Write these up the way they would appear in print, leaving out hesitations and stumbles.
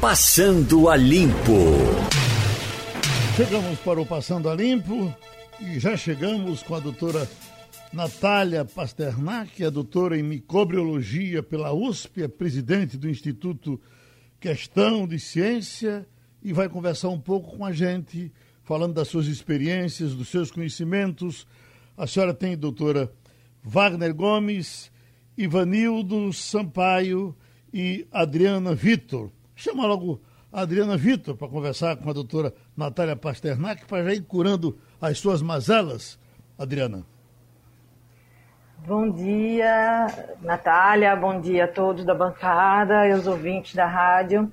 Passando a Limpo. Chegamos para o Passando a Limpo e já chegamos com a doutora Natália Pasternak, a doutora em microbiologia pela USP, é presidente do Instituto Questão de Ciência e vai conversar um pouco com a gente, falando das suas experiências, dos seus conhecimentos. A senhora tem, doutora Wagner Gomes, Ivanildo Sampaio e Adriana Vitor. Chama logo a Adriana Vitor para conversar com a doutora Natália Pasternak para já ir curando as suas mazelas. Adriana. Bom dia, Natália. Bom dia a todos da bancada e aos ouvintes da rádio.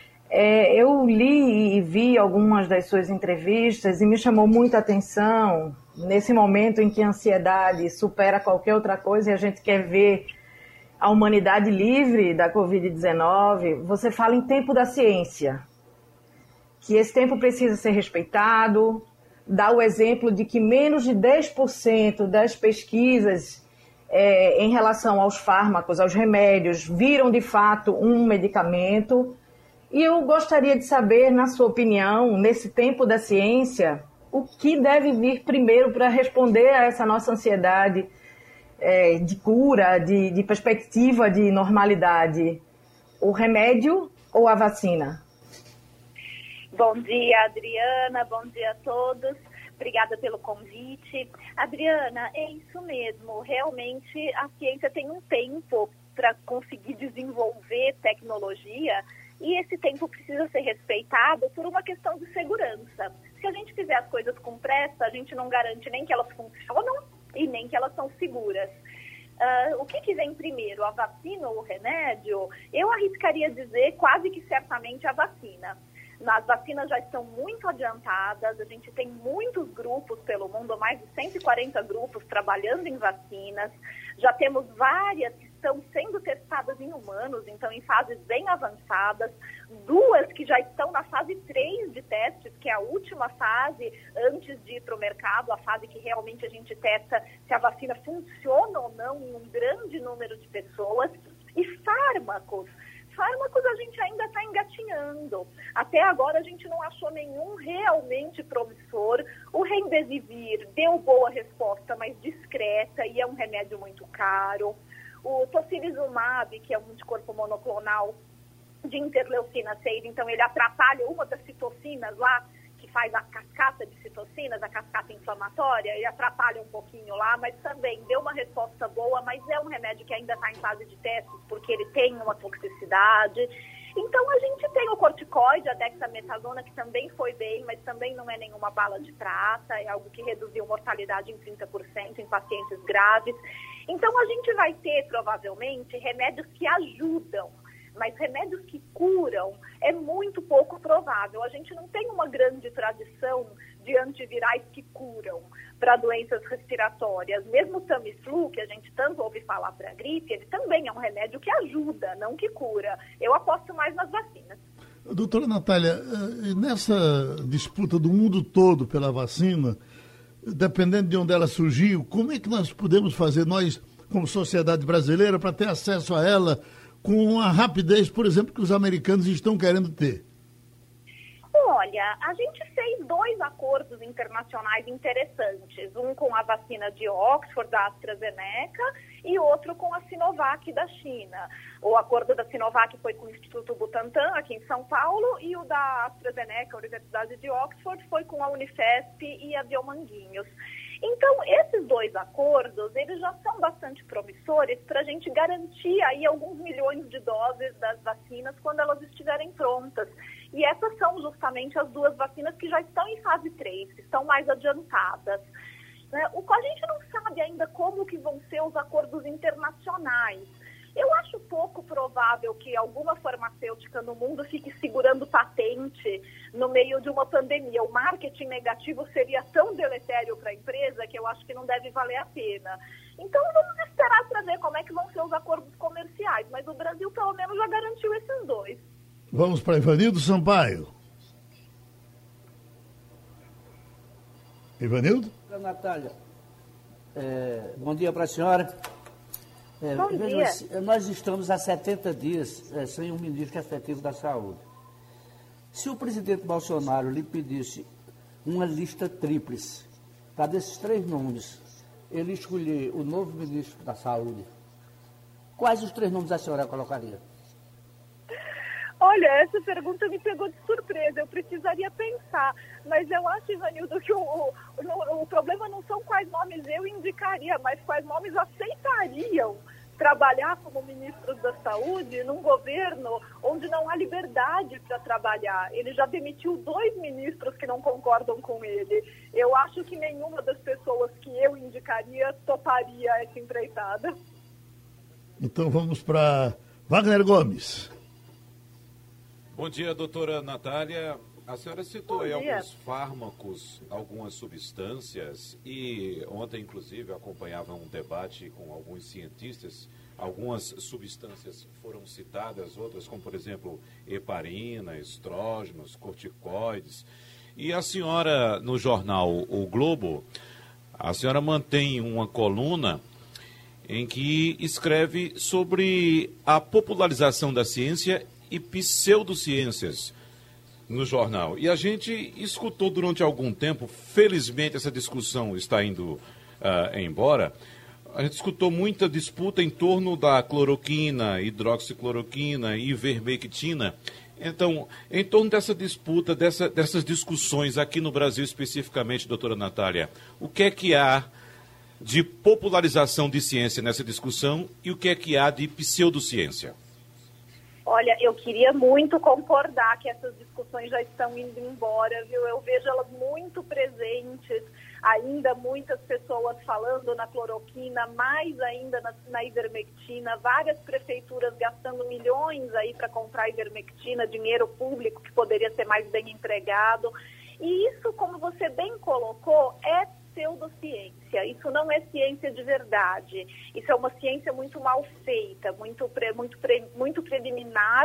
Eu li e vi algumas das suas entrevistas e me chamou muita atenção nesse momento em que a ansiedade supera qualquer outra coisa e a gente quer ver a humanidade livre da Covid-19. Você fala em tempo da ciência, que esse tempo precisa ser respeitado, dá o exemplo de que menos de 10% das pesquisas em relação aos fármacos, aos remédios, viram de fato um medicamento. E eu gostaria de saber, na sua opinião, nesse tempo da ciência, o que deve vir primeiro para responder a essa nossa ansiedade de cura, de perspectiva de normalidade, o remédio ou a vacina? Bom dia, Adriana, bom dia a todos. Obrigada pelo convite. Adriana, é isso mesmo. Realmente a ciência tem um tempo para conseguir desenvolver tecnologia e esse tempo precisa ser respeitado por uma questão de segurança. Se a gente fizer as coisas com pressa, a gente não garante nem que elas funcionam e nem que elas são seguras. O que vem primeiro, a vacina ou o remédio? Eu arriscaria dizer quase que certamente a vacina. As vacinas já estão muito adiantadas, a gente tem muitos grupos pelo mundo, mais de 140 grupos trabalhando em vacinas, já temos várias que estão sendo testadas em humanos, então em fases bem avançadas, 2 que já estão na fase 3 de testes, que é a última fase antes de ir para o mercado, a fase que realmente a gente testa se a vacina funciona ou não em um grande número de pessoas, e fármacos a gente ainda está engatinhando. Até agora a gente não achou nenhum realmente promissor. O Remdesivir deu boa resposta, mas discreta, e é um remédio muito caro. O Tocilizumab, que é um anticorpo monoclonal de interleucina 6, então ele atrapalha uma das citocinas lá, que faz a cascata de citocinas, a cascata inflamatória, e atrapalha um pouquinho lá, mas também deu uma resposta boa, mas é um remédio que ainda está em fase de testes, porque ele tem uma toxicidade. Então a gente tem o corticoide, a dexametasona, que também foi bem, mas também não é nenhuma bala de prata, é algo que reduziu mortalidade em 30% em pacientes graves. Então a gente vai ter, provavelmente, remédios que ajudam, mas remédios que curam é muito pouco provável. A gente não tem uma grande tradição de antivirais que curam para doenças respiratórias. Mesmo o Tamiflu, que a gente tanto ouve falar para a gripe, ele também é um remédio que ajuda, não que cura. Eu aposto mais nas vacinas. Doutora Natália, nessa disputa do mundo todo pela vacina, dependendo de onde ela surgiu, como é que nós podemos fazer, nós, como sociedade brasileira, para ter acesso a ela com a rapidez, por exemplo, que os americanos estão querendo ter? Olha, a gente fez 2 acordos internacionais interessantes, um com a vacina de Oxford, da AstraZeneca, e outro com a Sinovac, da China. O acordo da Sinovac foi com o Instituto Butantan, aqui em São Paulo, e o da AstraZeneca, a Universidade de Oxford, foi com a Unifesp e a Biomanguinhos. Então, esses 2 acordos, eles já são bastante promissores para a gente garantir aí alguns milhões de doses das vacinas quando elas estiverem prontas. E essas são justamente as 2 vacinas que já estão em fase 3, que estão mais adiantadas. A gente não sabe ainda como que vão ser os acordos internacionais. Eu acho pouco provável que alguma farmacêutica no mundo fique segurando patente no meio de uma pandemia. O marketing negativo seria tão deletério para a empresa que eu acho que não deve valer a pena. Então vamos esperar para ver como é que vão ser os acordos comerciais. Mas o Brasil pelo menos já garantiu esses 2. Vamos para Ivanildo Sampaio. Ivanildo? Natália, bom dia para a senhora. Bom dia. Nós estamos há 70 dias sem um ministro efetivo da saúde. Se o presidente Bolsonaro lhe pedisse uma lista tríplice, para desses 3 nomes, ele escolher o novo ministro da Saúde, quais os 3 nomes a senhora colocaria? Olha, essa pergunta me pegou de surpresa, eu precisaria pensar, mas eu acho, Ivanildo, que o problema não são quais nomes eu indicaria, mas quais nomes aceitariam trabalhar como ministros da Saúde num governo onde não há liberdade para trabalhar. Ele já demitiu 2 ministros que não concordam com ele. Eu acho que nenhuma das pessoas que eu indicaria toparia essa empreitada. Então vamos para Wagner Gomes. Bom dia, doutora Natália. A senhora citou Bom aí dia. alguns fármacos, algumas substâncias, e ontem, inclusive, eu acompanhava um debate com alguns cientistas. Algumas substâncias foram citadas, outras, como, por exemplo, heparina, estrógenos, corticoides. E a senhora, no jornal O Globo, a senhora mantém uma coluna em que escreve sobre a popularização da ciência e pseudociências no jornal. E a gente escutou durante algum tempo, felizmente essa discussão está indo embora, a gente escutou muita disputa em torno da cloroquina, hidroxicloroquina e ivermectina. Então, em torno dessa disputa, dessas discussões aqui no Brasil especificamente, doutora Natália, o que é que há de popularização de ciência nessa discussão e o que é que há de pseudociência? Olha, eu queria muito concordar que essas discussões já estão indo embora, viu? Eu vejo elas muito presentes, ainda muitas pessoas falando na cloroquina, mais ainda na ivermectina, várias prefeituras gastando milhões aí para comprar ivermectina, dinheiro público que poderia ser mais bem empregado. E isso, como você bem colocou, é pseudociência. Isso não é ciência de verdade. Isso é uma ciência muito mal feita, muito preliminar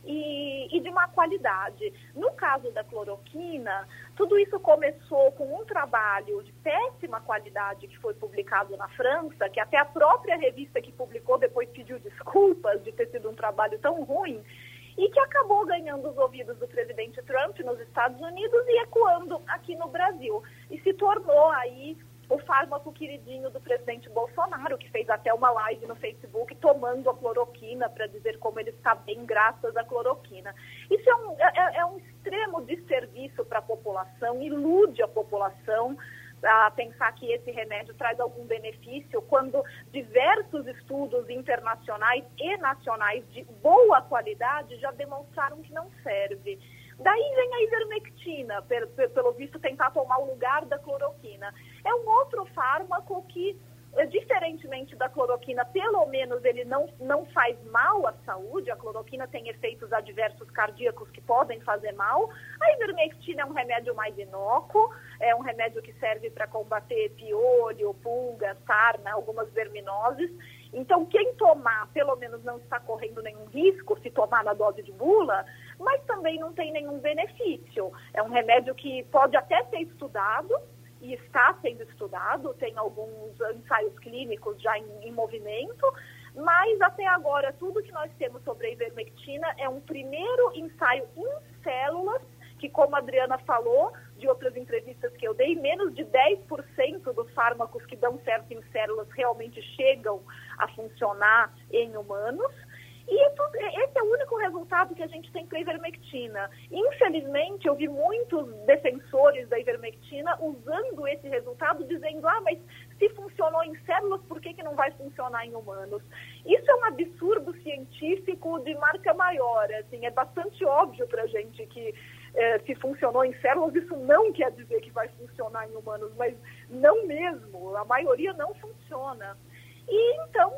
e de má qualidade. No caso da cloroquina, tudo isso começou com um trabalho de péssima qualidade que foi publicado na França, que até a própria revista que publicou depois pediu desculpas de ter sido um trabalho tão ruim, e que acabou ganhando os ouvidos do presidente Trump nos Estados Unidos e ecoando aqui no Brasil. E se tornou aí o fármaco queridinho do presidente Bolsonaro, que fez até uma live no Facebook tomando a cloroquina para dizer como ele está bem graças à cloroquina. Isso é um extremo desserviço para a população, ilude a população a pensar que esse remédio traz algum benefício, quando diversos estudos internacionais e nacionais de boa qualidade já demonstraram que não serve. Daí vem a ivermectina, pelo visto tentar tomar o lugar da cloroquina. É um outro fármaco que, diferentemente da cloroquina, pelo menos ele não faz mal à saúde. A cloroquina tem efeitos adversos cardíacos que podem fazer mal. A ivermectina é um remédio mais inócuo, é um remédio que serve para combater piolho, pulga, sarna, algumas verminoses. Então, quem tomar, pelo menos não está correndo nenhum risco se tomar na dose de bula, mas também não tem nenhum benefício. É um remédio que pode até ser estudado, e está sendo estudado, tem alguns ensaios clínicos já em movimento, mas até agora tudo que nós temos sobre a ivermectina é um primeiro ensaio em células, que, como a Adriana falou, de outras entrevistas que eu dei, menos de 10% dos fármacos que dão certo em células realmente chegam a funcionar em humanos. E esse é o único resultado que a gente tem para a ivermectina. Infelizmente, eu vi muitos defensores da ivermectina usando esse resultado, dizendo, mas se funcionou em células, por que não vai funcionar em humanos? Isso é um absurdo científico de marca maior. Assim, é bastante óbvio para a gente que se funcionou em células, isso não quer dizer que vai funcionar em humanos, mas não mesmo, a maioria não funciona. E então,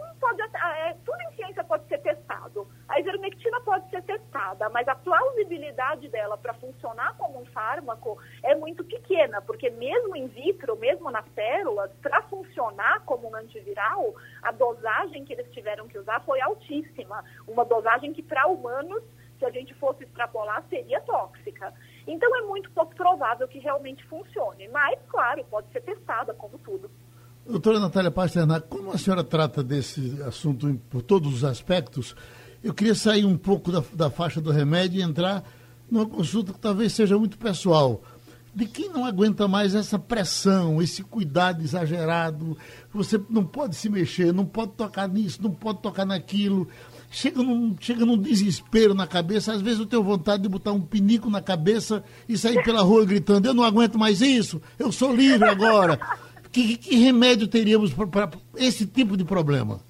tudo em ciência pode ser testado. A ivermectina pode ser testada, mas a plausibilidade dela para funcionar como um fármaco é muito pequena, porque mesmo in vitro, mesmo nas células, para funcionar como um antiviral, a dosagem que eles tiveram que usar foi altíssima. Uma dosagem que para humanos, se a gente fosse extrapolar, seria tóxica. Então é muito pouco provável que realmente funcione. Mas, claro, pode ser testada, como tudo. Doutora Natália Pasternak, como a senhora trata desse assunto por todos os aspectos, eu queria sair um pouco da faixa do remédio e entrar numa consulta que talvez seja muito pessoal. De quem não aguenta mais essa pressão, esse cuidado exagerado, você não pode se mexer, não pode tocar nisso, não pode tocar naquilo, chega num desespero na cabeça, às vezes eu tenho vontade de botar um pinico na cabeça e sair pela rua gritando, eu não aguento mais isso, eu sou livre agora. Que remédio teríamos para esse tipo de problema?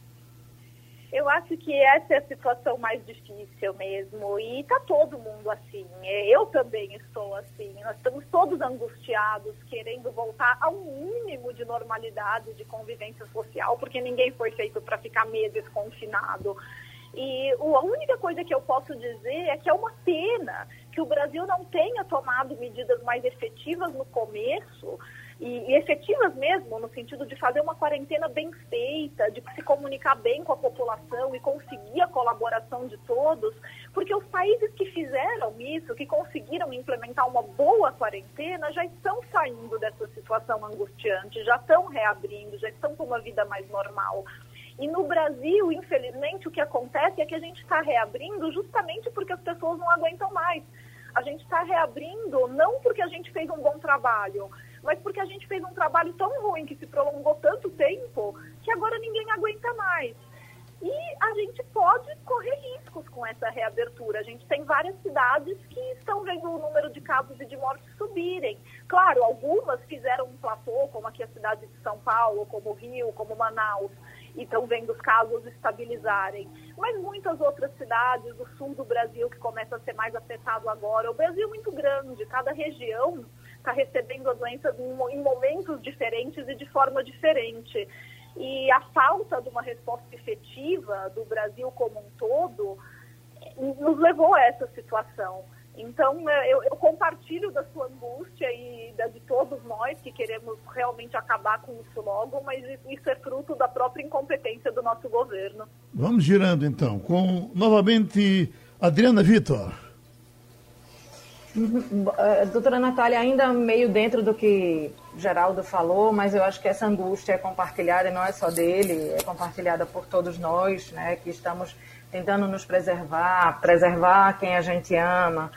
Eu acho que essa é a situação mais difícil mesmo, e está todo mundo assim, eu também estou assim, nós estamos todos angustiados, querendo voltar a um mínimo de normalidade, de convivência social, porque ninguém foi feito para ficar meses confinado. E a única coisa que eu posso dizer é que é uma pena que o Brasil não tenha tomado medidas mais efetivas no começo, e efetivas mesmo, no sentido de fazer uma quarentena bem feita, de se comunicar bem com a população e conseguir a colaboração de todos, porque os países que fizeram isso, que conseguiram implementar uma boa quarentena, já estão saindo dessa situação angustiante, já estão reabrindo, já estão com uma vida mais normal. E no Brasil, infelizmente, o que acontece é que a gente está reabrindo justamente porque as pessoas não aguentam mais. A gente está reabrindo não porque a gente fez um bom trabalho, mas porque a gente fez um trabalho tão ruim, que se prolongou tanto tempo, que agora ninguém aguenta mais. E a gente pode correr riscos com essa reabertura. A gente tem várias cidades que estão vendo o número de casos e de mortes subirem. Claro, algumas fizeram um platô, como aqui a cidade de São Paulo, como Rio, como Manaus, e estão vendo os casos estabilizarem. Mas muitas outras cidades do sul do Brasil, que começa a ser mais afetado agora, o Brasil é muito grande, cada região está recebendo a doença em momentos diferentes e de forma diferente. E a falta de uma resposta efetiva do Brasil como um todo nos levou a essa situação. Então, eu compartilho da sua angústia e da de todos nós que queremos realmente acabar com isso logo, mas isso é fruto da própria incompetência do nosso governo. Vamos girando, então, com, novamente, Adriana Vitor. Doutora Natália, ainda meio dentro do que Geraldo falou, mas eu acho que essa angústia é compartilhada, e não é só dele, é compartilhada por todos nós, né, que estamos tentando nos preservar quem a gente ama,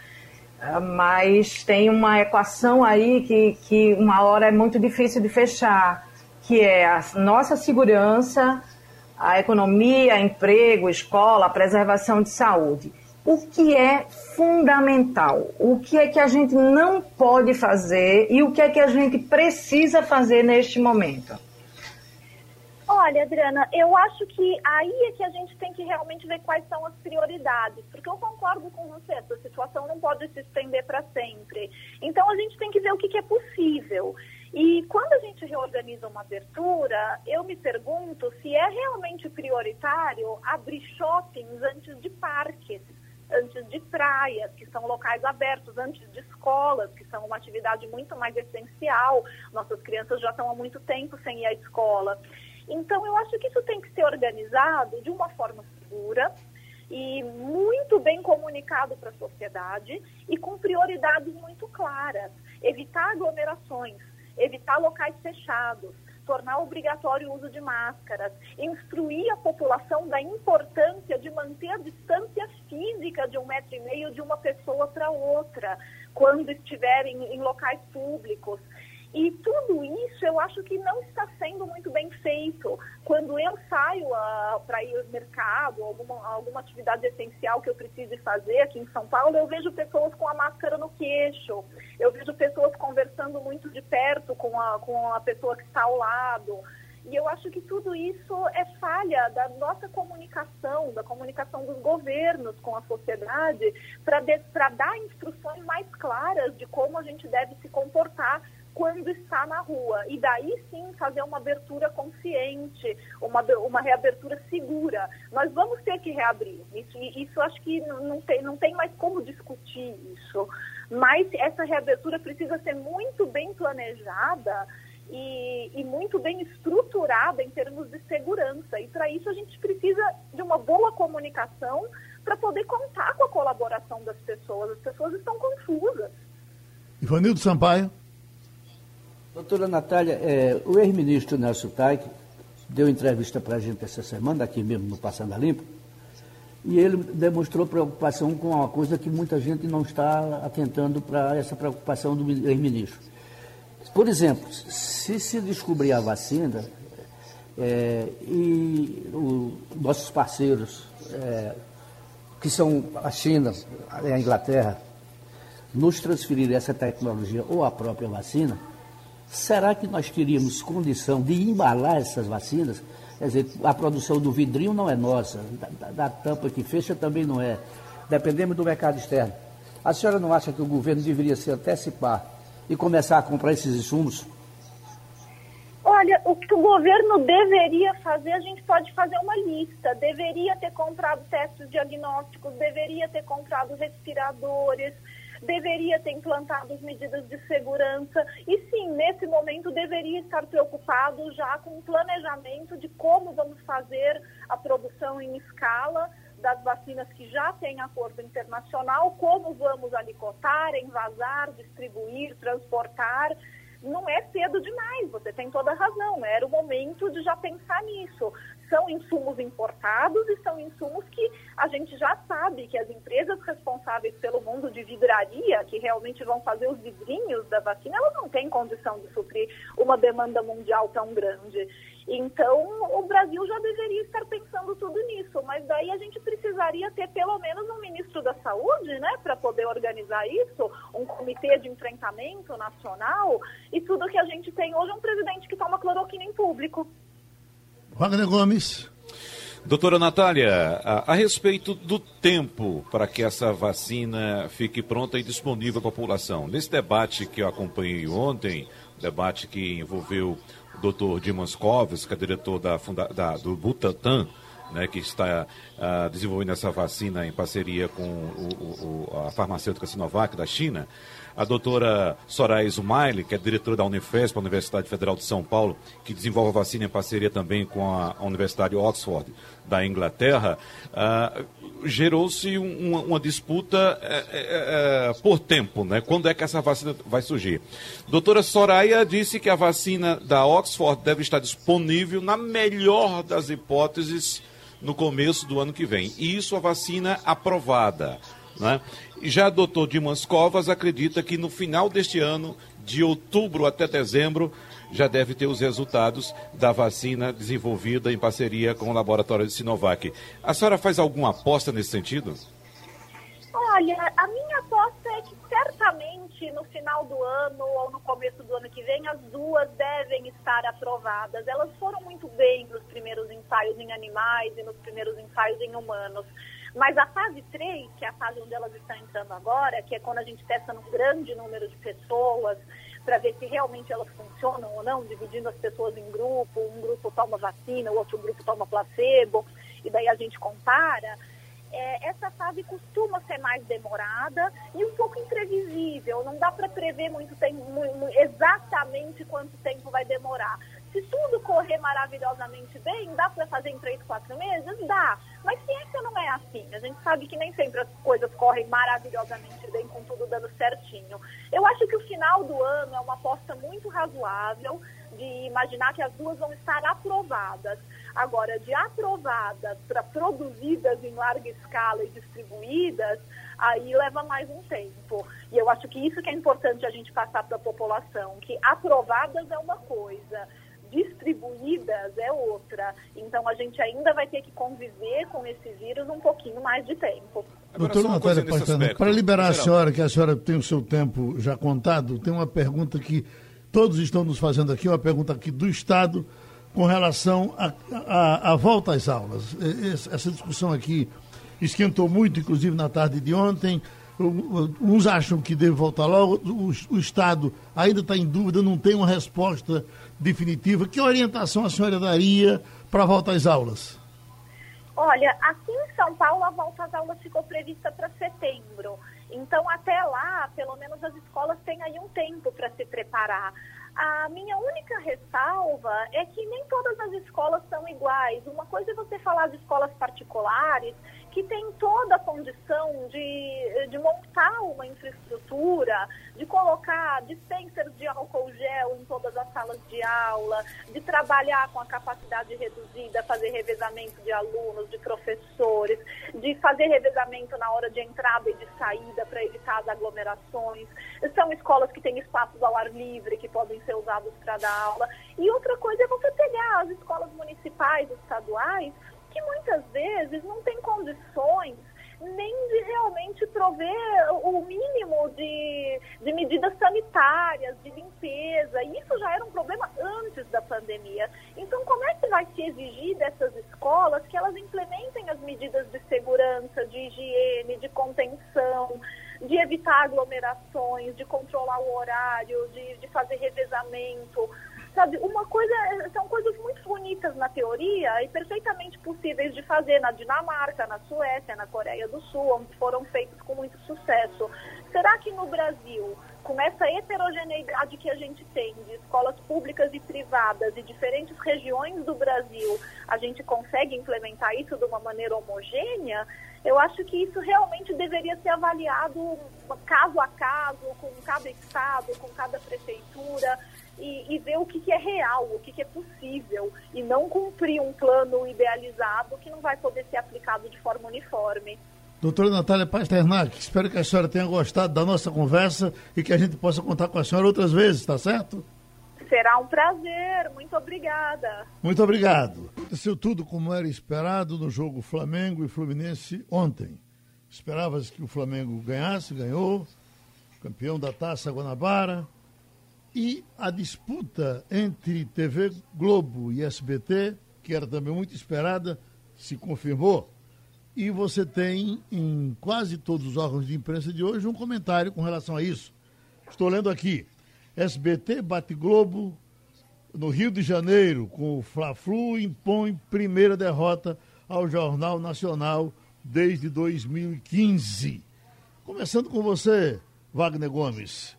mas tem uma equação aí que uma hora é muito difícil de fechar, que é a nossa segurança, a economia, emprego, escola, a preservação de saúde. O que é fundamental? O que é que a gente não pode fazer e o que é que a gente precisa fazer neste momento? Olha, Adriana, eu acho que aí é que a gente tem que realmente ver quais são as prioridades, porque eu concordo com você, essa situação não pode se estender para sempre. Então, a gente tem que ver o que é possível. E quando a gente reorganiza uma abertura, eu me pergunto se é realmente prioritário abrir shoppings antes de parques, antes de praias, que são locais abertos, antes de escolas, que são uma atividade muito mais essencial. Nossas crianças já estão há muito tempo sem ir à escola. Então, eu acho que isso tem que ser organizado de uma forma segura e muito bem comunicado para a sociedade e com prioridades muito claras. Evitar aglomerações, evitar locais fechados, tornar obrigatório o uso de máscaras, instruir a população da importância de manter a distância física de 1,5 metro de uma pessoa para outra, quando estiverem em locais públicos. E tudo isso eu acho que não está sendo muito bem feito. Quando eu saio para ir ao mercado, alguma atividade essencial que eu precise fazer aqui em São Paulo, eu vejo pessoas com a máscara no queixo, eu vejo pessoas conversando muito de perto com a pessoa que está ao lado. E eu acho que tudo isso é falha da nossa comunicação, da comunicação dos governos com a sociedade, para dar instruções mais claras de como a gente deve se comportar quando está na rua. E daí sim fazer uma abertura consciente, uma reabertura segura. Nós vamos ter que reabrir. Isso acho que não tem mais como discutir isso. Mas essa reabertura precisa ser muito bem planejada e muito bem estruturada em termos de segurança. E para isso a gente precisa de uma boa comunicação para poder contar com a colaboração das pessoas. As pessoas estão confusas. Ivanildo Sampaio. Doutora Natália, o ex-ministro Nelson Taik deu entrevista para a gente essa semana, aqui mesmo no Passando a Limpo, E ele demonstrou preocupação com uma coisa que muita gente não está atentando para essa preocupação do ex-ministro. Por exemplo, se descobrir a vacina e nossos parceiros, que são a China e a Inglaterra, nos transferir essa tecnologia ou a própria vacina, será que nós teríamos condição de embalar essas vacinas? Quer dizer, a produção do vidrinho não é nossa, da tampa que fecha também não é. Dependemos do mercado externo. A senhora não acha que o governo deveria se antecipar e começar a comprar esses insumos? Olha, o que o governo deveria fazer, a gente pode fazer uma lista. Deveria ter comprado testes diagnósticos, deveria ter comprado respiradores, deveria ter implantado as medidas de segurança e sim, nesse momento deveria estar preocupado já com o planejamento de como vamos fazer a produção em escala das vacinas que já têm acordo internacional, como vamos alicotar, envasar, distribuir, transportar. Não é cedo demais, você tem toda a razão, era o momento de já pensar nisso. São insumos importados e são insumos que a gente já sabe que as empresas responsáveis pelo mundo de vidraria, que realmente vão fazer os vidrinhos da vacina, elas não têm condição de suprir uma demanda mundial tão grande. Então, o Brasil já deveria estar pensando tudo nisso, mas daí a gente precisaria ter pelo menos um ministro da Saúde, né, para poder organizar isso, um comitê de enfrentamento nacional, e tudo que a gente tem hoje é um presidente que toma cloroquina em público. Wagner Gomes. Doutora Natália, a respeito do tempo para que essa vacina fique pronta e disponível à população, nesse debate que eu acompanhei ontem, debate que envolveu o Dr. Dimas Covas, que é diretor do Butantan, né, que está desenvolvendo essa vacina em parceria com a farmacêutica Sinovac da China, a doutora Soraya Zumaili, que é diretora da Unifesp, a Universidade Federal de São Paulo, que desenvolve a vacina em parceria também com a Universidade Oxford da Inglaterra, gerou-se uma disputa por tempo, né? Quando é que essa vacina vai surgir? Doutora Soraya disse que a vacina da Oxford deve estar disponível, na melhor das hipóteses, no começo do ano que vem. E isso a vacina aprovada, né? Já o doutor Dimas Covas acredita que no final deste ano, de outubro até dezembro, já deve ter os resultados da vacina desenvolvida em parceria com o laboratório de Sinovac. A senhora faz alguma aposta nesse sentido? Olha, a minha aposta é que certamente no final do ano ou no começo do ano que vem as duas devem estar aprovadas. Elas foram muito bem nos primeiros ensaios em animais e nos primeiros ensaios em humanos. Mas a fase 3, que é a fase onde elas estão entrando agora, que é quando a gente testa num grande número de pessoas para ver se realmente elas funcionam ou não, dividindo as pessoas em grupo, um grupo toma vacina, o outro grupo toma placebo, e daí a gente compara. Essa fase costuma ser mais demorada e um pouco imprevisível, não dá para prever muito tempo, exatamente quanto tempo vai demorar. Se tudo correr maravilhosamente bem, dá para fazer em 3, 4 meses? Dá. Mas ciência não é assim. A gente sabe que nem sempre as coisas correm maravilhosamente bem, com tudo dando certinho. Eu acho que o final do ano é uma aposta muito razoável de imaginar que as duas vão estar aprovadas. Agora, de aprovadas para produzidas em larga escala e distribuídas, aí leva mais um tempo. E eu acho que isso que é importante a gente passar para a população, que aprovadas é uma coisa, distribuídas é outra. Então, a gente ainda vai ter que conviver com esse vírus um pouquinho mais de tempo. Doutora Natália Pastana, para liberar a senhora, que a senhora tem o seu tempo já contado, tem uma pergunta que todos estão nos fazendo aqui, uma pergunta aqui do Estado com relação à volta às aulas. Essa discussão aqui esquentou muito, inclusive na tarde de ontem. Uns acham que deve voltar logo, o Estado ainda está em dúvida, não tem uma resposta definitiva. Que orientação a senhora daria para a volta às aulas? Olha, aqui em São Paulo a volta às aulas ficou prevista para setembro. Então, até lá, pelo menos as escolas têm aí um tempo para se preparar. A minha única ressalva é que nem todas as escolas são iguais. Uma coisa é você falar de escolas particulares, que tem toda a condição de montar uma infraestrutura, de colocar dispensers de álcool gel em todas as salas de aula, de trabalhar com a capacidade reduzida, fazer revezamento de alunos, de professores, de fazer revezamento na hora de entrada e de saída para evitar as aglomerações. São escolas que têm espaços ao ar livre, que podem ser usados para dar aula. E outra coisa é você pegar as escolas municipais, estaduais, que muitas vezes não têm condições nem de realmente prover o mínimo de medidas sanitárias, de limpeza. E isso já era um problema antes da pandemia. Então, como é que vai se exigir dessas escolas que elas implementem as medidas de segurança, de higiene, de contenção, de evitar aglomerações, de controlar o horário, de fazer revezamento? Sabe, são coisas muito bonitas na teoria e perfeitamente possíveis de fazer na Dinamarca, na Suécia, na Coreia do Sul, onde foram feitos com muito sucesso. Será que no Brasil, com essa heterogeneidade que a gente tem de escolas públicas e privadas e diferentes regiões do Brasil, a gente consegue implementar isso de uma maneira homogênea? Eu acho que isso realmente deveria ser avaliado caso a caso, com cada estado, com cada prefeitura, e ver o que é real, o que é possível, e não cumprir um plano idealizado que não vai poder ser aplicado de forma uniforme. Doutora Natália Pasternak, espero que a senhora tenha gostado da nossa conversa e que a gente possa contar com a senhora outras vezes, tá certo? Será um prazer, muito obrigada. Muito obrigado. Aconteceu tudo como era esperado no jogo Flamengo e Fluminense ontem. Esperava-se que o Flamengo ganhasse, ganhou, campeão da Taça Guanabara. E a disputa entre TV Globo e SBT, que era também muito esperada, se confirmou. E você tem em quase todos os órgãos de imprensa de hoje um comentário com relação a isso. Estou lendo aqui. SBT bate Globo no Rio de Janeiro, com o Fla-Flu impõe primeira derrota ao Jornal Nacional desde 2015. Começando com você, Wagner Gomes.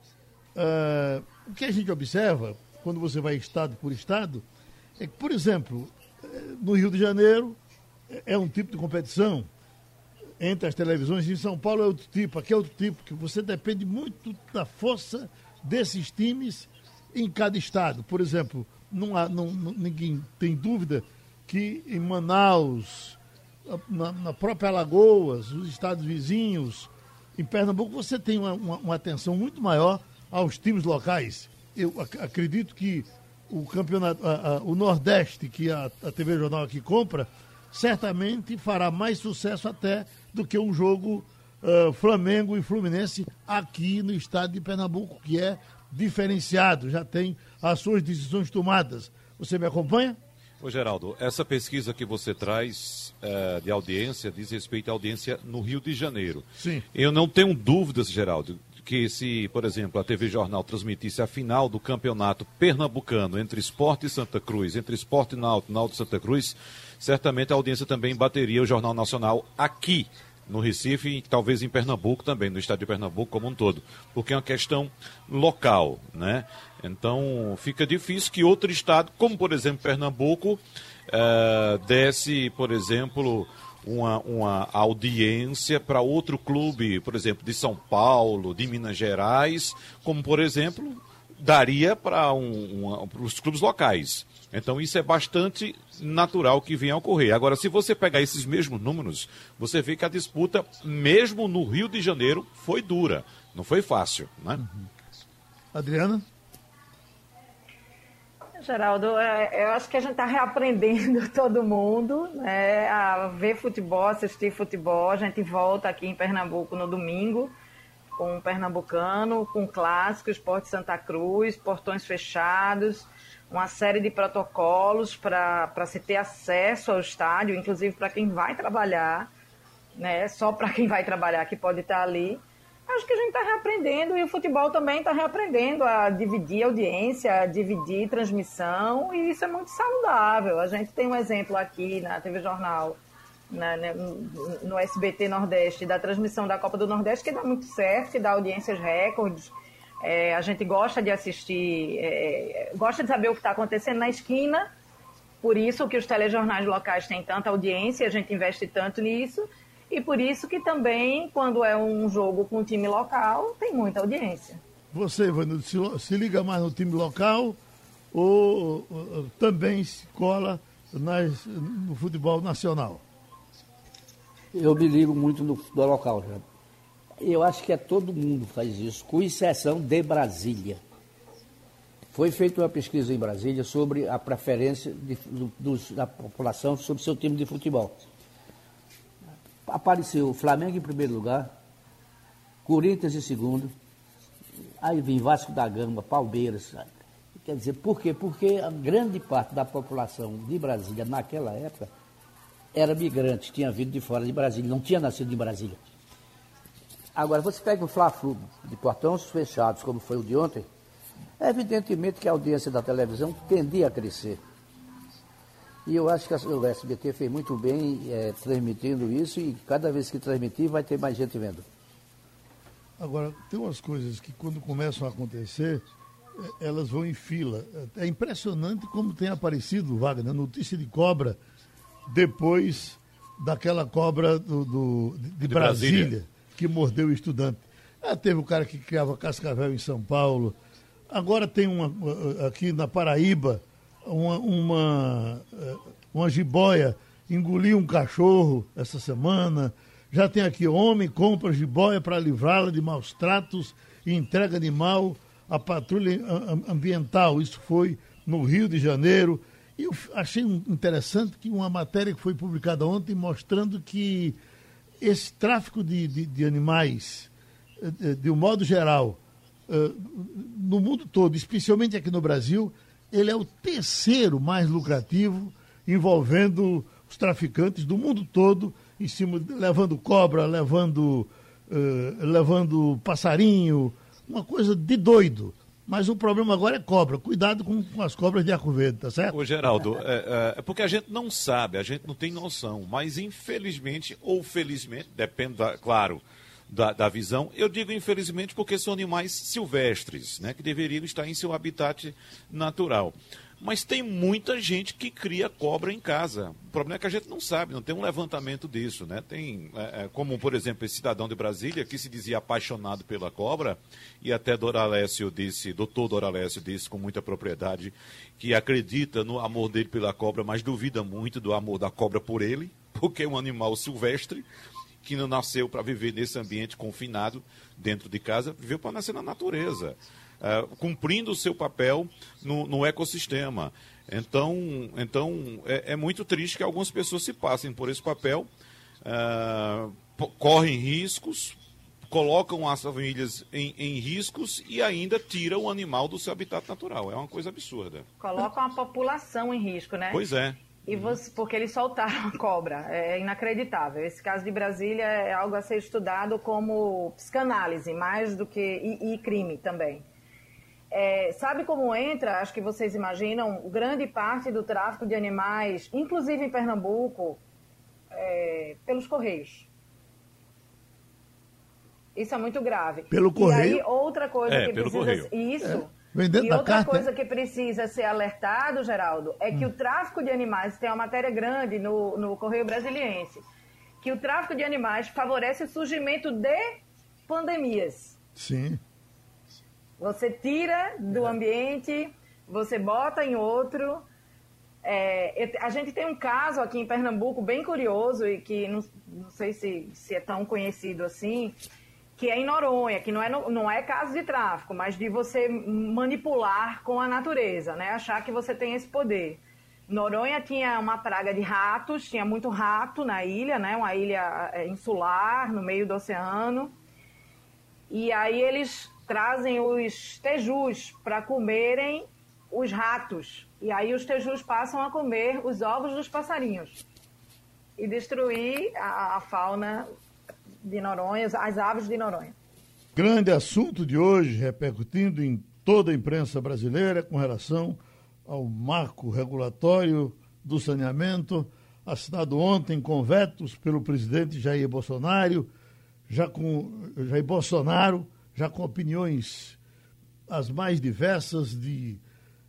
O que a gente observa, quando você vai estado por estado, é que, por exemplo, no Rio de Janeiro é um tipo de competição entre as televisões, em São Paulo é outro tipo, aqui é outro tipo, que você depende muito da força desses times em cada estado. Por exemplo, ninguém tem dúvida que em Manaus, na própria Alagoas, os estados vizinhos, em Pernambuco, você tem uma atenção muito maior aos times locais. Eu acredito que o campeonato, o Nordeste, que a TV Jornal aqui compra, certamente fará mais sucesso até do que um jogo Flamengo e Fluminense aqui no estado de Pernambuco, que é diferenciado, já tem as suas decisões tomadas. Você me acompanha? Ô Geraldo, essa pesquisa que você traz de audiência diz respeito à audiência no Rio de Janeiro. Sim. Eu não tenho dúvidas, Geraldo, que se, por exemplo, a TV Jornal transmitisse a final do campeonato pernambucano entre Sport e Santa Cruz, entre Sport e Náutico e Santa Cruz, certamente a audiência também bateria o Jornal Nacional aqui no Recife e talvez em Pernambuco também, no estado de Pernambuco como um todo, porque é uma questão local, né? Então fica difícil que outro estado, como por exemplo Pernambuco, desse, por exemplo, uma audiência para outro clube, por exemplo, de São Paulo, de Minas Gerais, como, por exemplo, daria para os clubes locais. Então, isso é bastante natural que venha a ocorrer. Agora, se você pegar esses mesmos números, você vê que a disputa, mesmo no Rio de Janeiro, foi dura. Não foi fácil, né? Adriana? Geraldo, eu acho que a gente está reaprendendo todo mundo, né, a ver futebol, assistir futebol. A gente volta aqui em Pernambuco no domingo com o Pernambucano, com o clássico, Sport Santa Cruz, portões fechados, uma série de protocolos para se ter acesso ao estádio, inclusive para quem vai trabalhar, né, só para quem vai trabalhar que pode estar ali. Acho que a gente está reaprendendo e o futebol também está reaprendendo a dividir audiência, a dividir transmissão, e isso é muito saudável. A gente tem um exemplo aqui na TV Jornal, no SBT Nordeste, da transmissão da Copa do Nordeste, que dá muito certo, que dá audiências recordes. A gente gosta de assistir, gosta de saber o que está acontecendo na esquina, por isso que os telejornais locais têm tanta audiência, a gente investe tanto nisso. E por isso que também, quando é um jogo com um time local, tem muita audiência. Você, Ivanildo, se liga mais no time local ou também se cola no futebol nacional? Eu me ligo muito no futebol local, já. Eu acho que todo mundo faz isso, com exceção de Brasília. Foi feita uma pesquisa em Brasília sobre a preferência da população sobre seu time de futebol. Apareceu o Flamengo em primeiro lugar, Corinthians em segundo, aí vem Vasco da Gama, Palmeiras, sabe? Quer dizer, por quê? Porque a grande parte da população de Brasília, naquela época, era migrante, tinha vindo de fora de Brasília, não tinha nascido em Brasília. Agora, você pega o Fla-Flu de portões fechados, como foi o de ontem, evidentemente que a audiência da televisão tendia a crescer. E eu acho que o SBT fez muito bem transmitindo isso, e cada vez que transmitir vai ter mais gente vendo. Agora, tem umas coisas que quando começam a acontecer, elas vão em fila. É impressionante como tem aparecido, Wagner, notícia de cobra depois daquela cobra de Brasília, que mordeu o estudante. Teve o cara que criava cascavel em São Paulo. Agora tem aqui na Paraíba, uma jiboia engoliu um cachorro essa semana. Já tem aqui, homem compra jiboia para livrá-la de maus tratos e entrega animal à patrulha ambiental. Isso foi no Rio de Janeiro. E eu achei interessante que uma matéria que foi publicada ontem mostrando que esse tráfico de animais, de um modo geral, no mundo todo, especialmente aqui no Brasil, ele é o terceiro mais lucrativo, envolvendo os traficantes do mundo todo, em cima, levando cobra, levando passarinho, uma coisa de doido. Mas o problema agora é cobra. Cuidado com as cobras de Arco Verde, tá certo? Ô, Geraldo, é porque a gente não sabe, a gente não tem noção. Mas infelizmente ou felizmente, depende, claro, da visão. Eu digo infelizmente porque são animais silvestres, né, que deveriam estar em seu habitat natural. Mas tem muita gente que cria cobra em casa. O problema é que a gente não sabe, não tem um levantamento disso, né? Tem, como, por exemplo, esse cidadão de Brasília, que se dizia apaixonado pela cobra, e até doutor Doralécio disse com muita propriedade que acredita no amor dele pela cobra, mas duvida muito do amor da cobra por ele, porque é um animal silvestre que não nasceu para viver nesse ambiente confinado dentro de casa, viveu para nascer na natureza. Cumprindo o seu papel no ecossistema. Então é muito triste que algumas pessoas se passem por esse papel, correm riscos, colocam as famílias em riscos e ainda tiram o animal do seu habitat natural. É uma coisa absurda. Colocam a população em risco, né? Pois é. E porque eles soltaram a cobra. É inacreditável. Esse caso de Brasília é algo a ser estudado como psicanálise, mais do que... e crime também. Sabe como entra, acho que vocês imaginam, grande parte do tráfico de animais, inclusive em Pernambuco, pelos Correios. Isso é muito grave. Pelo Correio? E aí, outra coisa que pelo precisa... Correio. Isso. Vendendo E da outra carta, coisa que precisa ser alertado, Geraldo, é que o tráfico de animais, tem uma matéria grande no Correio Brasiliense, que o tráfico de animais favorece o surgimento de pandemias. Sim. Você tira do ambiente, você bota em outro. A gente tem um caso aqui em Pernambuco bem curioso e que não sei se é tão conhecido assim, que é em Noronha, que não é caso de tráfico, mas de você manipular com a natureza, né? Achar que você tem esse poder. Noronha tinha uma praga de ratos, tinha muito rato na ilha, né? Uma ilha insular, no meio do oceano. E aí eles trazem os tejus para comerem os ratos. E aí os tejus passam a comer os ovos dos passarinhos. E destruir a fauna de Noronha, as aves de Noronha. Grande assunto de hoje, repercutindo em toda a imprensa brasileira com relação ao marco regulatório do saneamento, assinado ontem com vetos pelo presidente Jair Bolsonaro, já com opiniões as mais diversas de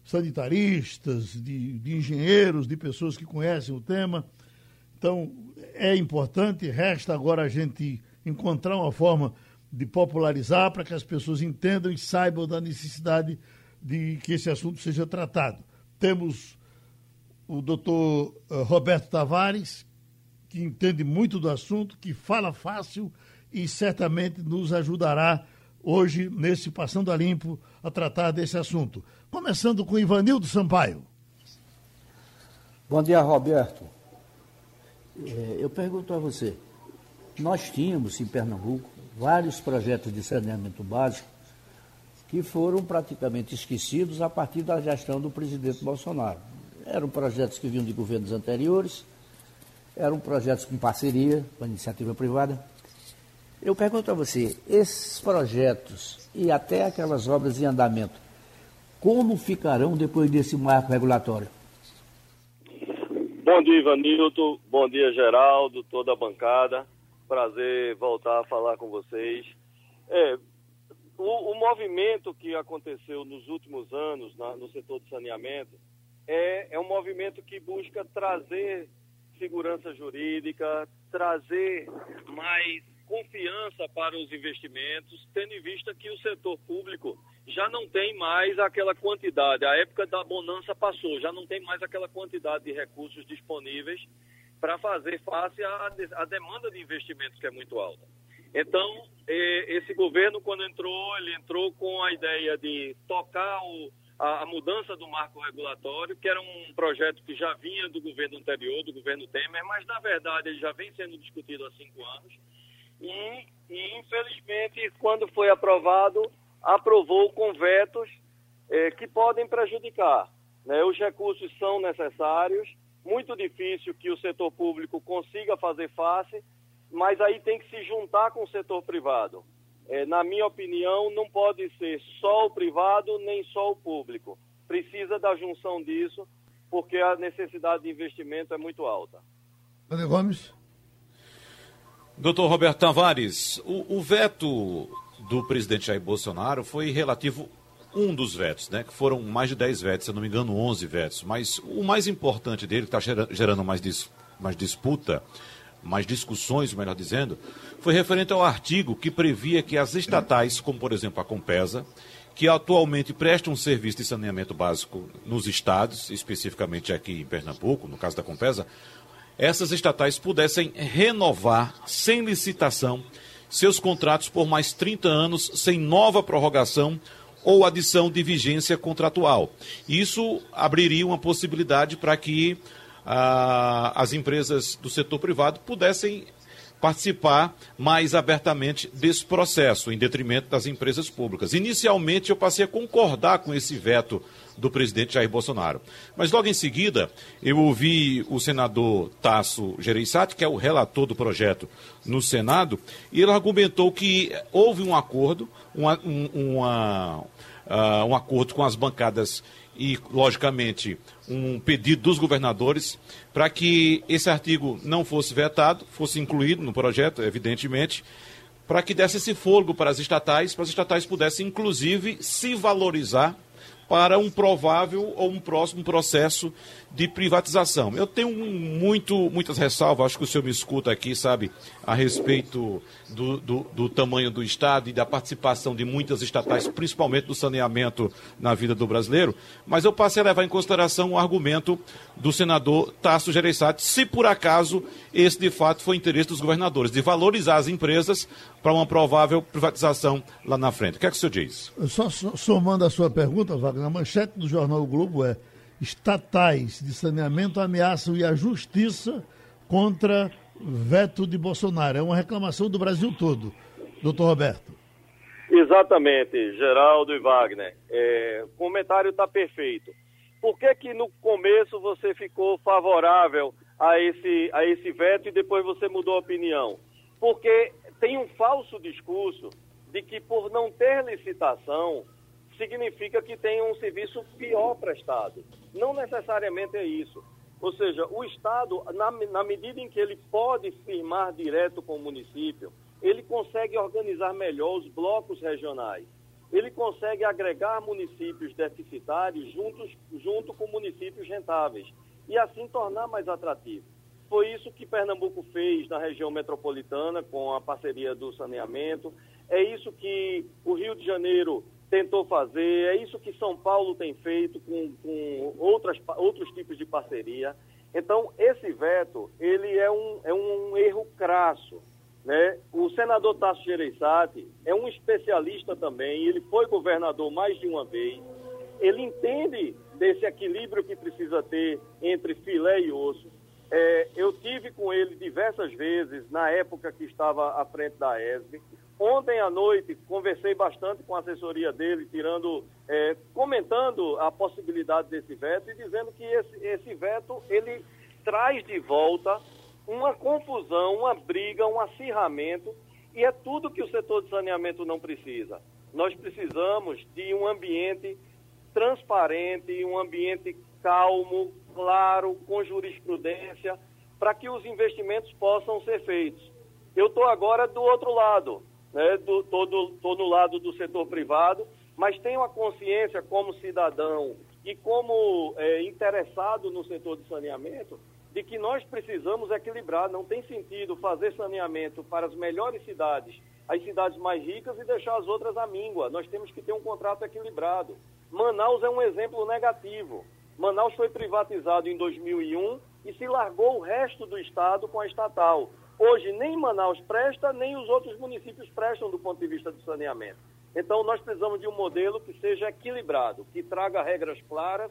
sanitaristas, de engenheiros, de pessoas que conhecem o tema. Então, é importante, resta agora a gente encontrar uma forma de popularizar para que as pessoas entendam e saibam da necessidade de que esse assunto seja tratado. Temos o doutor Roberto Tavares, que entende muito do assunto, que fala fácil e certamente nos ajudará hoje, nesse Passando a Limpo, a tratar desse assunto. Começando com Ivanildo Sampaio. Bom dia, Roberto. Eu pergunto a você, nós tínhamos em Pernambuco vários projetos de saneamento básico que foram praticamente esquecidos a partir da gestão do presidente Bolsonaro. Eram projetos que vinham de governos anteriores, eram projetos com parceria com a iniciativa privada. Eu pergunto a você, esses projetos e até aquelas obras em andamento, como ficarão depois desse marco regulatório? Bom dia, Ivanildo. Bom dia, Geraldo, toda a bancada. Prazer voltar a falar com vocês. O movimento que aconteceu nos últimos anos no setor de saneamento é um movimento que busca trazer segurança jurídica, trazer mais confiança para os investimentos, tendo em vista que o setor público já não tem mais aquela quantidade, a época da bonança passou, já não tem mais aquela quantidade de recursos disponíveis para fazer face à demanda de investimentos que é muito alta. Então, esse governo, quando entrou, ele entrou com a ideia de tocar a mudança do marco regulatório, que era um projeto que já vinha do governo anterior, do governo Temer, mas, na verdade, ele já vem sendo discutido há 5 anos. E infelizmente, quando foi aprovado, aprovou com vetos que podem prejudicar, né? Os recursos são necessários, muito difícil que o setor público consiga fazer face, mas aí tem que se juntar com o setor privado. Na minha opinião, não pode ser só o privado nem só o público. Precisa da junção disso, porque a necessidade de investimento é muito alta. André Gomes. Doutor Roberto Tavares, o veto do presidente Jair Bolsonaro foi relativo um dos vetos, né? Que foram mais de 10 vetos, se eu não me engano, 11 vetos. Mas o mais importante dele, que está gerando mais disputa, mais discussões, melhor dizendo, foi referente ao artigo que previa que as estatais, como por exemplo a Compesa, que atualmente prestam um serviço de saneamento básico nos estados, especificamente aqui em Pernambuco, no caso da Compesa, essas estatais pudessem renovar, sem licitação, seus contratos por mais 30 anos, sem nova prorrogação ou adição de vigência contratual. Isso abriria uma possibilidade para que as empresas do setor privado pudessem participar mais abertamente desse processo, em detrimento das empresas públicas. Inicialmente, eu passei a concordar com esse veto do presidente Jair Bolsonaro. Mas logo em seguida, eu ouvi o senador Tasso Gereissati, que é o relator do projeto no Senado, e ele argumentou que houve um acordo, um acordo com as bancadas e, logicamente, um pedido dos governadores para que esse artigo não fosse vetado, fosse incluído no projeto, evidentemente, para que desse esse fôlego para as estatais pudessem, inclusive, se valorizar para um provável ou um próximo processo de privatização. Eu tenho muitas ressalvas, acho que o senhor me escuta aqui, sabe, a respeito do tamanho do Estado e da participação de muitas estatais, principalmente do saneamento na vida do brasileiro, mas eu passei a levar em consideração o argumento do senador Tasso Gereissati, se por acaso esse de fato foi interesse dos governadores, de valorizar as empresas para uma provável privatização lá na frente. O que é que o senhor diz? Só somando a sua pergunta, Wagner, a manchete do jornal O Globo é: estatais de saneamento ameaçam e a justiça contra veto de Bolsonaro. É uma reclamação do Brasil todo. Doutor Roberto. Exatamente, Geraldo e Wagner. O comentário está perfeito. Por que no começo você ficou favorável a esse veto e depois você mudou a opinião? Porque tem um falso discurso de que por não ter licitação significa que tem um serviço pior prestado. Não necessariamente é isso. Ou seja, o Estado, na medida em que ele pode firmar direto com o município, ele consegue organizar melhor os blocos regionais. Ele consegue agregar municípios deficitários junto com municípios rentáveis e assim tornar mais atrativo. Foi isso que Pernambuco fez na região metropolitana com a parceria do saneamento. É isso que o Rio de Janeiro tentou fazer, é isso que São Paulo tem feito com outros tipos de parceria. Então, esse veto, ele é um erro crasso, né? O senador Tasso Gereissati é um especialista também, ele foi governador mais de uma vez, ele entende desse equilíbrio que precisa ter entre filé e osso. Eu tive com ele diversas vezes, na época que estava à frente da ESB. Ontem à noite, conversei bastante com a assessoria dele, comentando a possibilidade desse veto e dizendo que esse veto, ele traz de volta uma confusão, uma briga, um acirramento, e é tudo que o setor de saneamento não precisa. Nós precisamos de um ambiente transparente, um ambiente calmo, claro, com jurisprudência, para que os investimentos possam ser feitos. Eu estou agora do outro lado, né? Estou no lado do setor privado, mas tenho a consciência como cidadão e como interessado no setor de saneamento, de que nós precisamos equilibrar. Não tem sentido fazer saneamento para as melhores cidades, as cidades mais ricas, e deixar as outras à míngua. Nós temos que ter um contrato equilibrado. Manaus é um exemplo negativo. Manaus foi privatizado em 2001 e se largou o resto do estado com a estatal. Hoje nem Manaus presta, nem os outros municípios prestam do ponto de vista do saneamento. Então nós precisamos de um modelo que seja equilibrado, que traga regras claras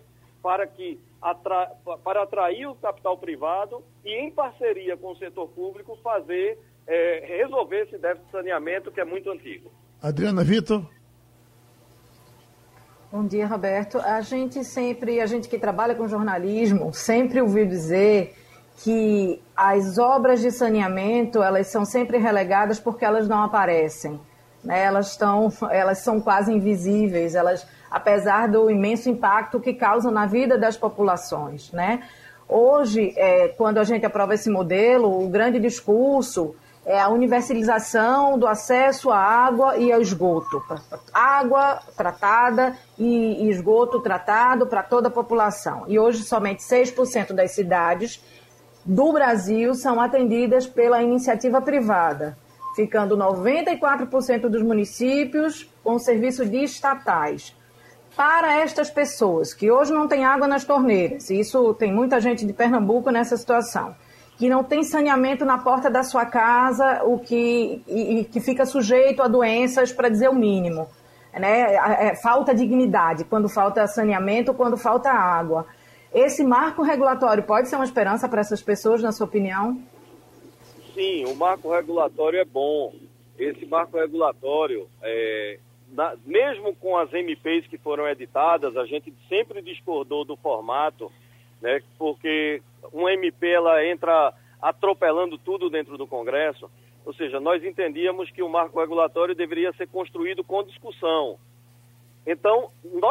para atrair o capital privado e, em parceria com o setor público, resolver esse déficit de saneamento que é muito antigo. Adriana Vitor. Bom dia, Roberto. A gente que trabalha com jornalismo, sempre ouviu dizer que as obras de saneamento, elas são sempre relegadas porque elas não aparecem, né? Elas são quase invisíveis, apesar do imenso impacto que causam na vida das populações, né? Hoje, quando a gente aprova esse modelo, o grande discurso é a universalização do acesso à água e ao esgoto. Água tratada e esgoto tratado para toda a população. E hoje somente 6% das cidades do Brasil são atendidas pela iniciativa privada, ficando 94% dos municípios com serviço de estatais. Para estas pessoas que hoje não têm água nas torneiras, e isso tem muita gente de Pernambuco nessa situação, que não tem saneamento na porta da sua casa, que fica sujeito a doenças, para dizer o mínimo, né? Falta dignidade quando falta saneamento, quando falta água. Esse marco regulatório pode ser uma esperança para essas pessoas, na sua opinião? Sim, o marco regulatório é bom. Esse marco regulatório, mesmo com as MPs que foram editadas, a gente sempre discordou do formato, né? Porque uma MP ela entra atropelando tudo dentro do Congresso. Ou seja, nós entendíamos que o marco regulatório deveria ser construído com discussão. Então,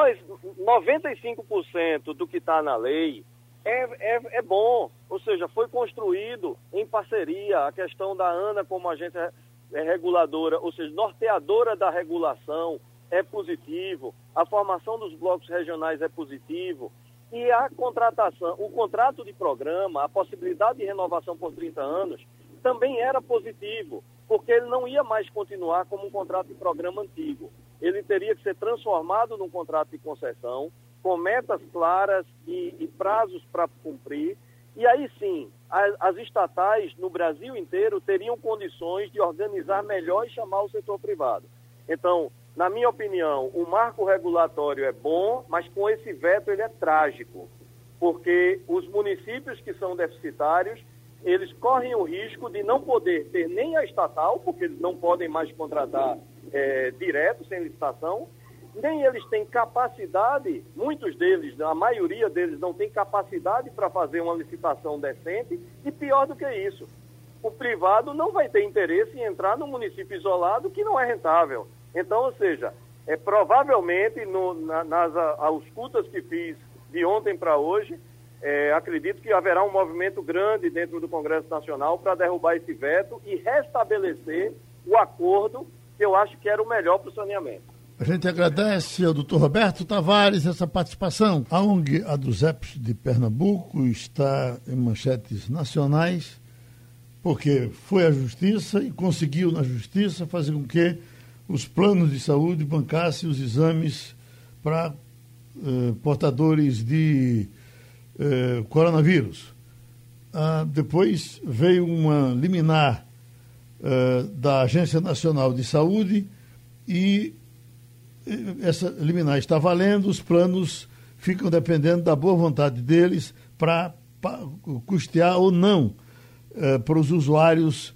95% do que está na lei é bom, ou seja, foi construído em parceria. A questão da ANA como agência reguladora, ou seja, norteadora da regulação, é positivo. A formação dos blocos regionais é positivo. E a contratação, o contrato de programa, a possibilidade de renovação por 30 anos, também era positivo, porque ele não ia mais continuar como um contrato de programa antigo. Ele teria que ser transformado num contrato de concessão, com metas claras e prazos para cumprir. E aí sim, as estatais no Brasil inteiro teriam condições de organizar melhor e chamar o setor privado. Então, na minha opinião, o marco regulatório é bom, mas com esse veto ele é trágico, porque os municípios que são deficitários, eles correm o risco de não poder ter nem a estatal, porque eles não podem mais contratar direto, sem licitação, nem eles têm capacidade, muitos deles, a maioria deles não tem capacidade para fazer uma licitação decente, e pior do que isso, o privado não vai ter interesse em entrar num município isolado que não é rentável. Então, ou seja, provavelmente, nas auscultas que fiz de ontem para hoje, acredito que haverá um movimento grande dentro do Congresso Nacional para derrubar esse veto e restabelecer o acordo que eu acho que era o melhor para o saneamento. A gente agradece ao doutor Roberto Tavares essa participação. A ONG ADUZEPS de Pernambuco está em manchetes nacionais porque foi à Justiça e conseguiu na Justiça fazer com que os planos de saúde bancassem os exames para portadores de coronavírus. Depois veio uma liminar da Agência Nacional de Saúde e essa liminar está valendo, os planos ficam dependendo da boa vontade deles para custear ou não para os usuários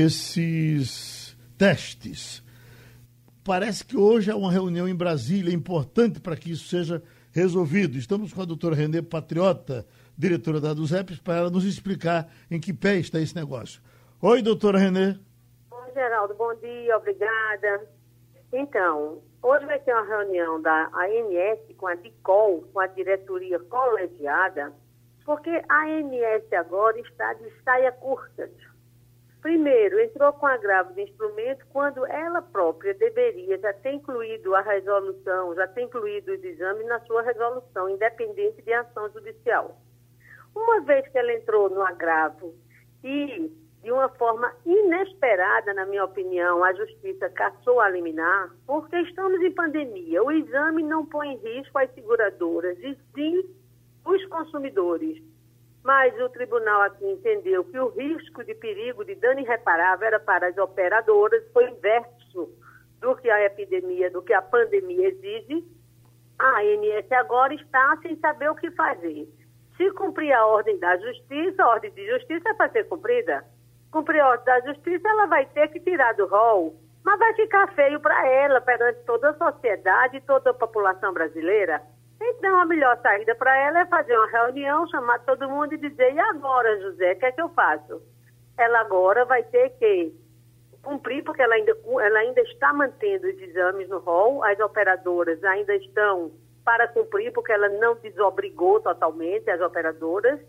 esses testes. Parece que hoje há uma reunião em Brasília importante para que isso seja resolvido. Estamos com a doutora Renê Patriota, diretora da ADUZEPS, para ela nos explicar em que pé está esse negócio. Oi, doutora Renê. Oi, Geraldo, bom dia, obrigada. Então, hoje vai ter uma reunião da ANS com a DICOL, com a diretoria colegiada, porque a ANS agora está de saia curta. Primeiro, entrou com agravo de instrumento quando ela própria deveria já ter incluído a resolução, já ter incluído os exames na sua resolução, independente de ação judicial. Uma vez que ela entrou no agravo e, de uma forma inesperada, na minha opinião, a Justiça cassou a liminar, porque estamos em pandemia. O exame não põe em risco as seguradoras, e sim os consumidores. Mas o tribunal aqui entendeu que o risco de perigo de dano irreparável era para as operadoras, foi inverso do que a epidemia, do que a pandemia exige. A ANS agora está sem saber o que fazer. Se cumprir a ordem da Justiça, a ordem de justiça é para ser cumprida. Cumprir a ordem da Justiça, ela vai ter que tirar do rol, mas vai ficar feio para ela, perante toda a sociedade e toda a população brasileira. Então, a melhor saída para ela é fazer uma reunião, chamar todo mundo e dizer: e agora, José, o que é que eu faço? Ela agora vai ter que cumprir, porque ela ainda está mantendo os exames no rol, as operadoras ainda estão para cumprir, porque ela não desobrigou totalmente as operadoras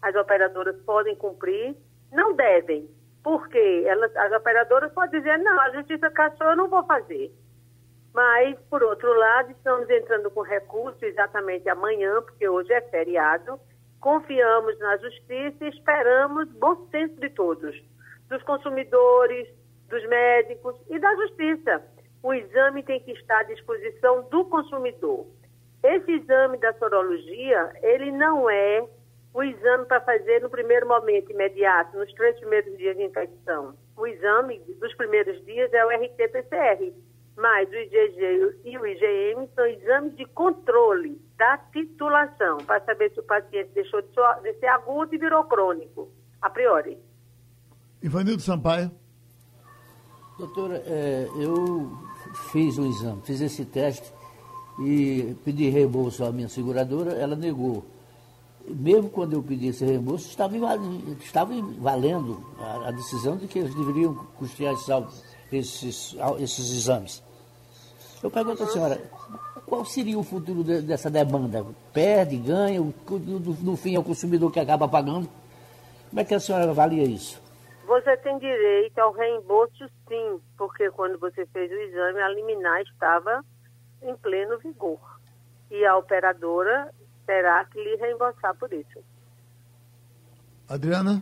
podem cumprir, não devem, porque as operadoras podem dizer: não, a Justiça cassou, eu não vou fazer. Mas, por outro lado, estamos entrando com recurso exatamente amanhã, porque hoje é feriado. Confiamos na Justiça e esperamos bom senso de todos, dos consumidores, dos médicos e da Justiça. O exame tem que estar à disposição do consumidor. Esse exame da sorologia, ele não é o exame para fazer no primeiro momento imediato, nos 3 primeiros dias de infecção. O exame dos primeiros dias é o RT-PCR. Mas o IgG e o IgM são exames de controle da titulação, para saber se o paciente deixou de ser agudo e virou crônico, a priori. Ivanildo Sampaio. Doutora, eu fiz o exame, fiz esse teste e pedi reembolso à minha seguradora, ela negou. Mesmo quando eu pedi esse reembolso, estava valendo a decisão de que eles deveriam custear esses exames. Eu pergunto à senhora, qual seria o futuro dessa demanda? Perde, ganha, no fim é o consumidor que acaba pagando? Como é que a senhora avalia isso? Você tem direito ao reembolso, sim, porque quando você fez o exame, a liminar estava em pleno vigor. E a operadora terá que lhe reembolsar por isso. Adriana?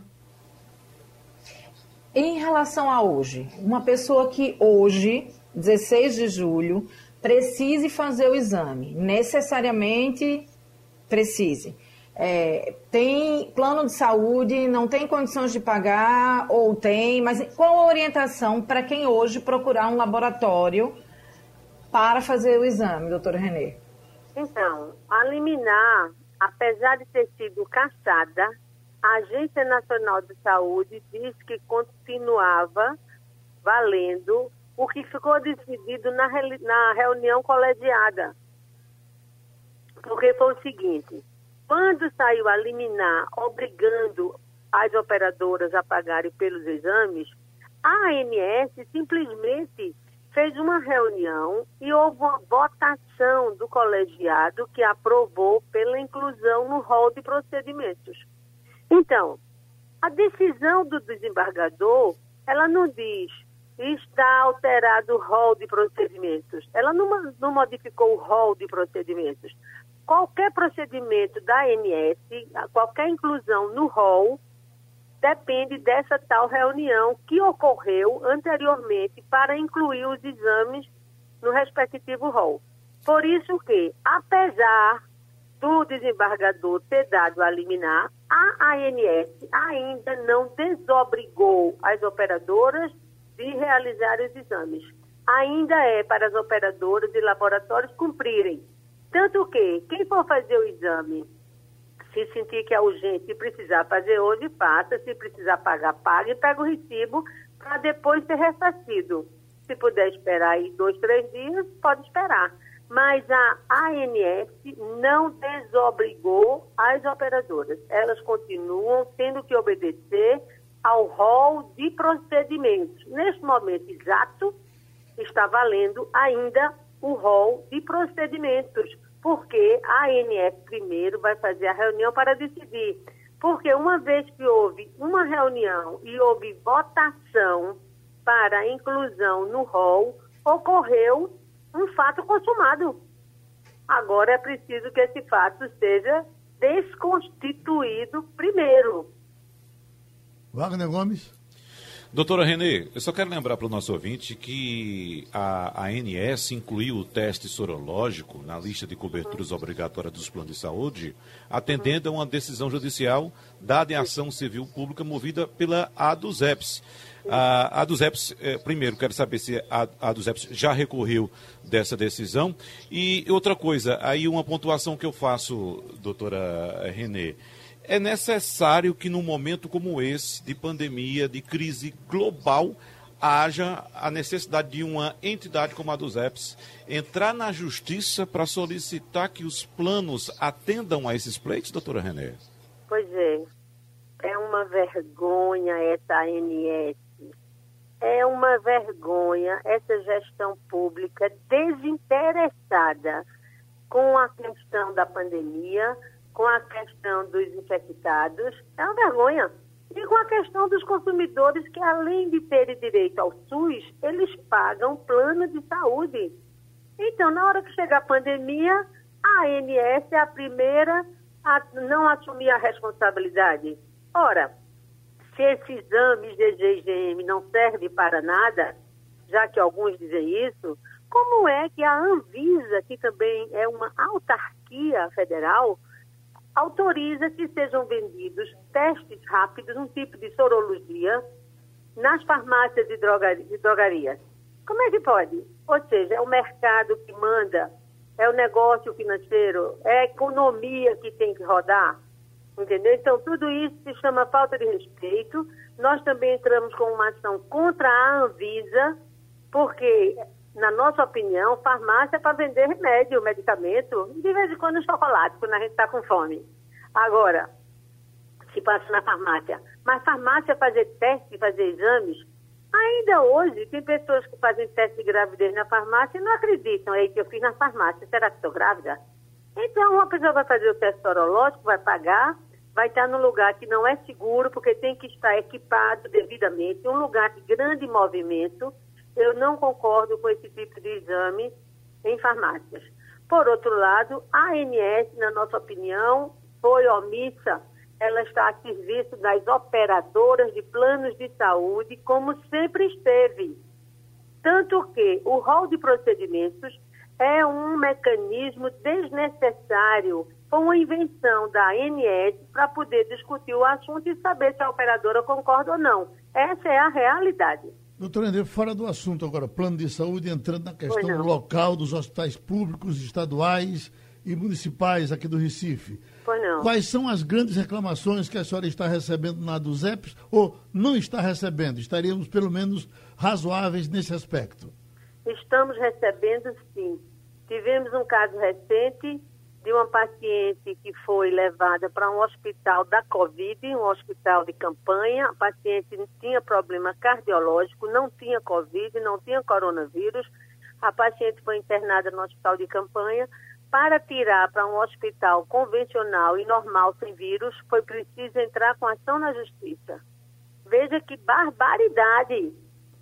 Em relação a hoje, uma pessoa que hoje, 16 de julho, precise fazer o exame, necessariamente precise. Tem plano de saúde, não tem condições de pagar, ou tem, mas qual a orientação para quem hoje procurar um laboratório para fazer o exame, doutora Renê? Então, a liminar, apesar de ter sido cassada, a Agência Nacional de Saúde disse que continuava valendo o que ficou decidido na reunião colegiada. Porque foi o seguinte: quando saiu a liminar obrigando as operadoras a pagarem pelos exames, a ANS simplesmente fez uma reunião e houve uma votação do colegiado que aprovou pela inclusão no rol de procedimentos. Então, a decisão do desembargador, ela não diz está alterado o rol de procedimentos. Ela não modificou o rol de procedimentos. Qualquer procedimento da ANS, qualquer inclusão no rol, depende dessa tal reunião que ocorreu anteriormente para incluir os exames no respectivo rol. Por isso que, apesar do desembargador ter dado a liminar, a ANS ainda não desobrigou as operadoras de realizar os exames. Ainda é para as operadoras e laboratórios cumprirem. Tanto que, quem for fazer o exame, se sentir que é urgente e precisar fazer hoje, faça. Se precisar pagar, pague e pega o recibo para depois ser ressarcido. Se puder esperar aí 2, 3 dias, pode esperar. Mas a ANS não desobrigou as operadoras. Elas continuam tendo que obedecer ao rol de procedimentos. Neste momento exato, está valendo ainda o rol de procedimentos, porque a ANS primeiro vai fazer a reunião para decidir. Porque uma vez que houve uma reunião e houve votação para a inclusão no rol, ocorreu um fato consumado. Agora é preciso que esse fato seja desconstituído primeiro. Wagner Gomes. Doutora Renê, eu só quero lembrar para o nosso ouvinte que a ANS incluiu o teste sorológico na lista de coberturas obrigatórias dos planos de saúde, atendendo a uma decisão judicial dada em ação civil pública movida pela ADUSEPS. A ADUSEPS, primeiro, quero saber se a ADUSEPS já recorreu dessa decisão. E outra coisa, aí uma pontuação que eu faço, doutora Renê. É necessário que num momento como esse, de pandemia, de crise global, haja a necessidade de uma entidade como a ADUSEPS entrar na justiça para solicitar que os planos atendam a esses pleitos, doutora Renê? Pois é uma vergonha essa ANS. É uma vergonha essa gestão pública desinteressada com a questão da pandemia, com a questão dos infectados. É uma vergonha. E com a questão dos consumidores que, além de terem direito ao SUS, eles pagam plano de saúde. Então, na hora que chegar a pandemia, a ANS é a primeira a não assumir a responsabilidade. Ora, se esse exame de GGM não serve para nada, já que alguns dizem isso, como é que a Anvisa, que também é uma autarquia federal, autoriza que sejam vendidos testes rápidos, um tipo de sorologia, nas farmácias de drogarias? Como é que pode? Ou seja, é o mercado que manda, é o negócio financeiro, é a economia que tem que rodar, entendeu? Então, tudo isso se chama falta de respeito. Nós também entramos com uma ação contra a Anvisa, porque, na nossa opinião, farmácia é para vender remédio, medicamento, de vez em quando chocolate, quando a gente está com fome. Agora, se passa na farmácia. Mas farmácia fazer teste, fazer exames, ainda hoje tem pessoas que fazem teste de gravidez na farmácia e não acreditam aí que eu fiz na farmácia. Será que estou grávida? Então, uma pessoa vai fazer o teste sorológico, vai pagar, vai estar num lugar que não é seguro, porque tem que estar equipado devidamente, um lugar de grande movimento. Eu não concordo com esse tipo de exame em farmácias. Por outro lado, a ANS, na nossa opinião, foi omissa. Ela está a serviço das operadoras de planos de saúde, como sempre esteve. Tanto que o rol de procedimentos é um mecanismo desnecessário, foi uma invenção da ANS para poder discutir o assunto e saber se a operadora concorda ou não. Essa é a realidade. Doutora André, fora do assunto agora, plano de saúde, entrando na questão local dos hospitais públicos, estaduais e municipais aqui do Recife. Pois não. Quais são as grandes reclamações que a senhora está recebendo na ADUSEPS ou não está recebendo? Estaríamos, pelo menos, razoáveis nesse aspecto. Estamos recebendo, sim. Tivemos um caso recente de uma paciente que foi levada para um hospital da Covid, um hospital de campanha. A paciente tinha problema cardiológico, não tinha Covid, não tinha coronavírus. A paciente foi internada no hospital de campanha. Para tirar para um hospital convencional e normal sem vírus, foi preciso entrar com ação na justiça. Veja que barbaridade!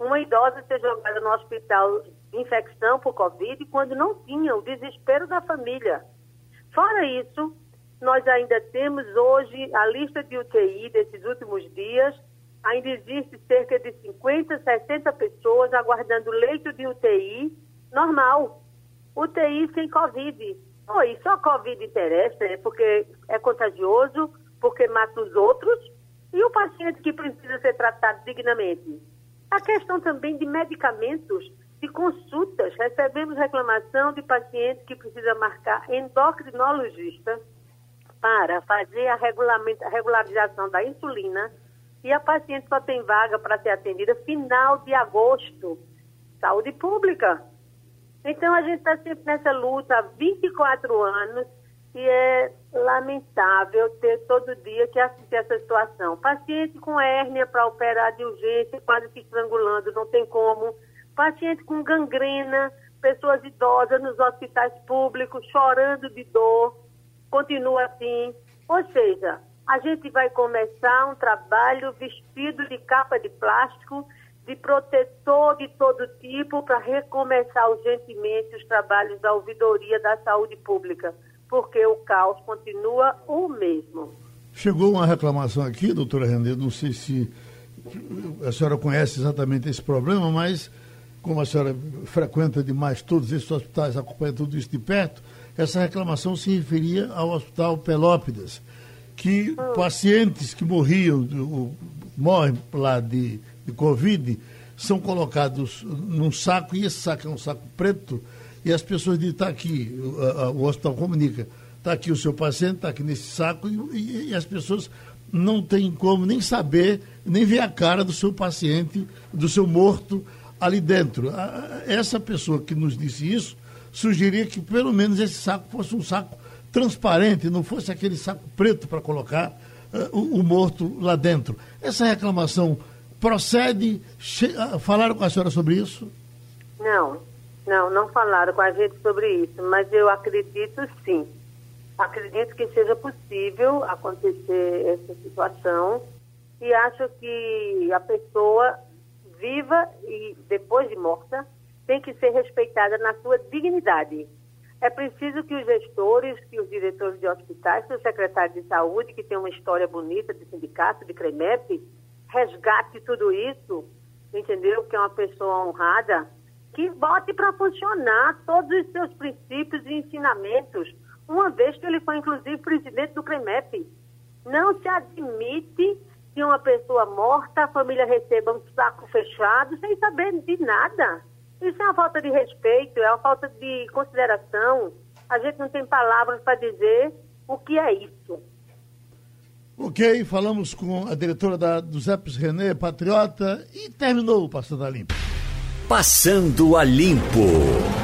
uma idosa ser jogada no hospital de infecção por Covid quando não tinha, o desespero da família. Fora isso, nós ainda temos hoje a lista de UTI desses últimos dias, ainda existe cerca de 50, 60 pessoas aguardando leito de UTI normal, UTI sem Covid. E só Covid interessa, porque é contagioso, porque mata os outros, e o paciente que precisa ser tratado dignamente. A questão também de medicamentos, de consultas. Recebemos reclamação de paciente que precisa marcar endocrinologista para fazer a regularização da insulina, e a paciente só tem vaga para ser atendida final de agosto. Saúde pública. Então, a gente está sempre nessa luta há 24 anos e é lamentável ter todo dia que assistir essa situação. Paciente com hérnia para operar de urgência, quase se estrangulando, não tem como. Paciente com gangrena, pessoas idosas nos hospitais públicos, chorando de dor, continua assim. Ou seja, a gente vai começar um trabalho vestido de capa de plástico, de protetor de todo tipo, para recomeçar urgentemente os trabalhos da ouvidoria da saúde pública, porque o caos continua o mesmo. Chegou uma reclamação aqui, doutora Renê, não sei se a senhora conhece exatamente esse problema, mas como a senhora frequenta demais todos esses hospitais, acompanha tudo isso de perto, essa reclamação se referia ao Hospital Pelópidas, que pacientes que morrem lá de Covid, são colocados num saco, e esse saco é um saco preto, e as pessoas dizem, está aqui, o hospital comunica, está aqui o seu paciente, está aqui nesse saco, e as pessoas não têm como nem saber, nem ver a cara do seu paciente, do seu morto ali dentro. Essa pessoa que nos disse isso, sugeria que pelo menos esse saco fosse um saco transparente, não fosse aquele saco preto para colocar o morto lá dentro. Essa reclamação procede? Falaram com a senhora sobre isso? Não falaram com a gente sobre isso, mas eu acredito sim. Acredito que seja possível acontecer essa situação e acho que a pessoa viva e depois de morta tem que ser respeitada na sua dignidade. É preciso que os gestores, que os diretores de hospitais, que o secretário de saúde, que tem uma história bonita de sindicato, de CREMEP, resgate tudo isso, entendeu? Que é uma pessoa honrada, que bote para funcionar todos os seus princípios e ensinamentos, uma vez que ele foi, inclusive, presidente do CREMEP. Não se admite que uma pessoa morta, a família receba um saco fechado, sem saber de nada. Isso é uma falta de respeito, é uma falta de consideração. A gente não tem palavras para dizer o que é isso. Ok, falamos com a diretora dos EPS, Renê Patriota, e terminou o Passando a Limpo. Passando a Limpo.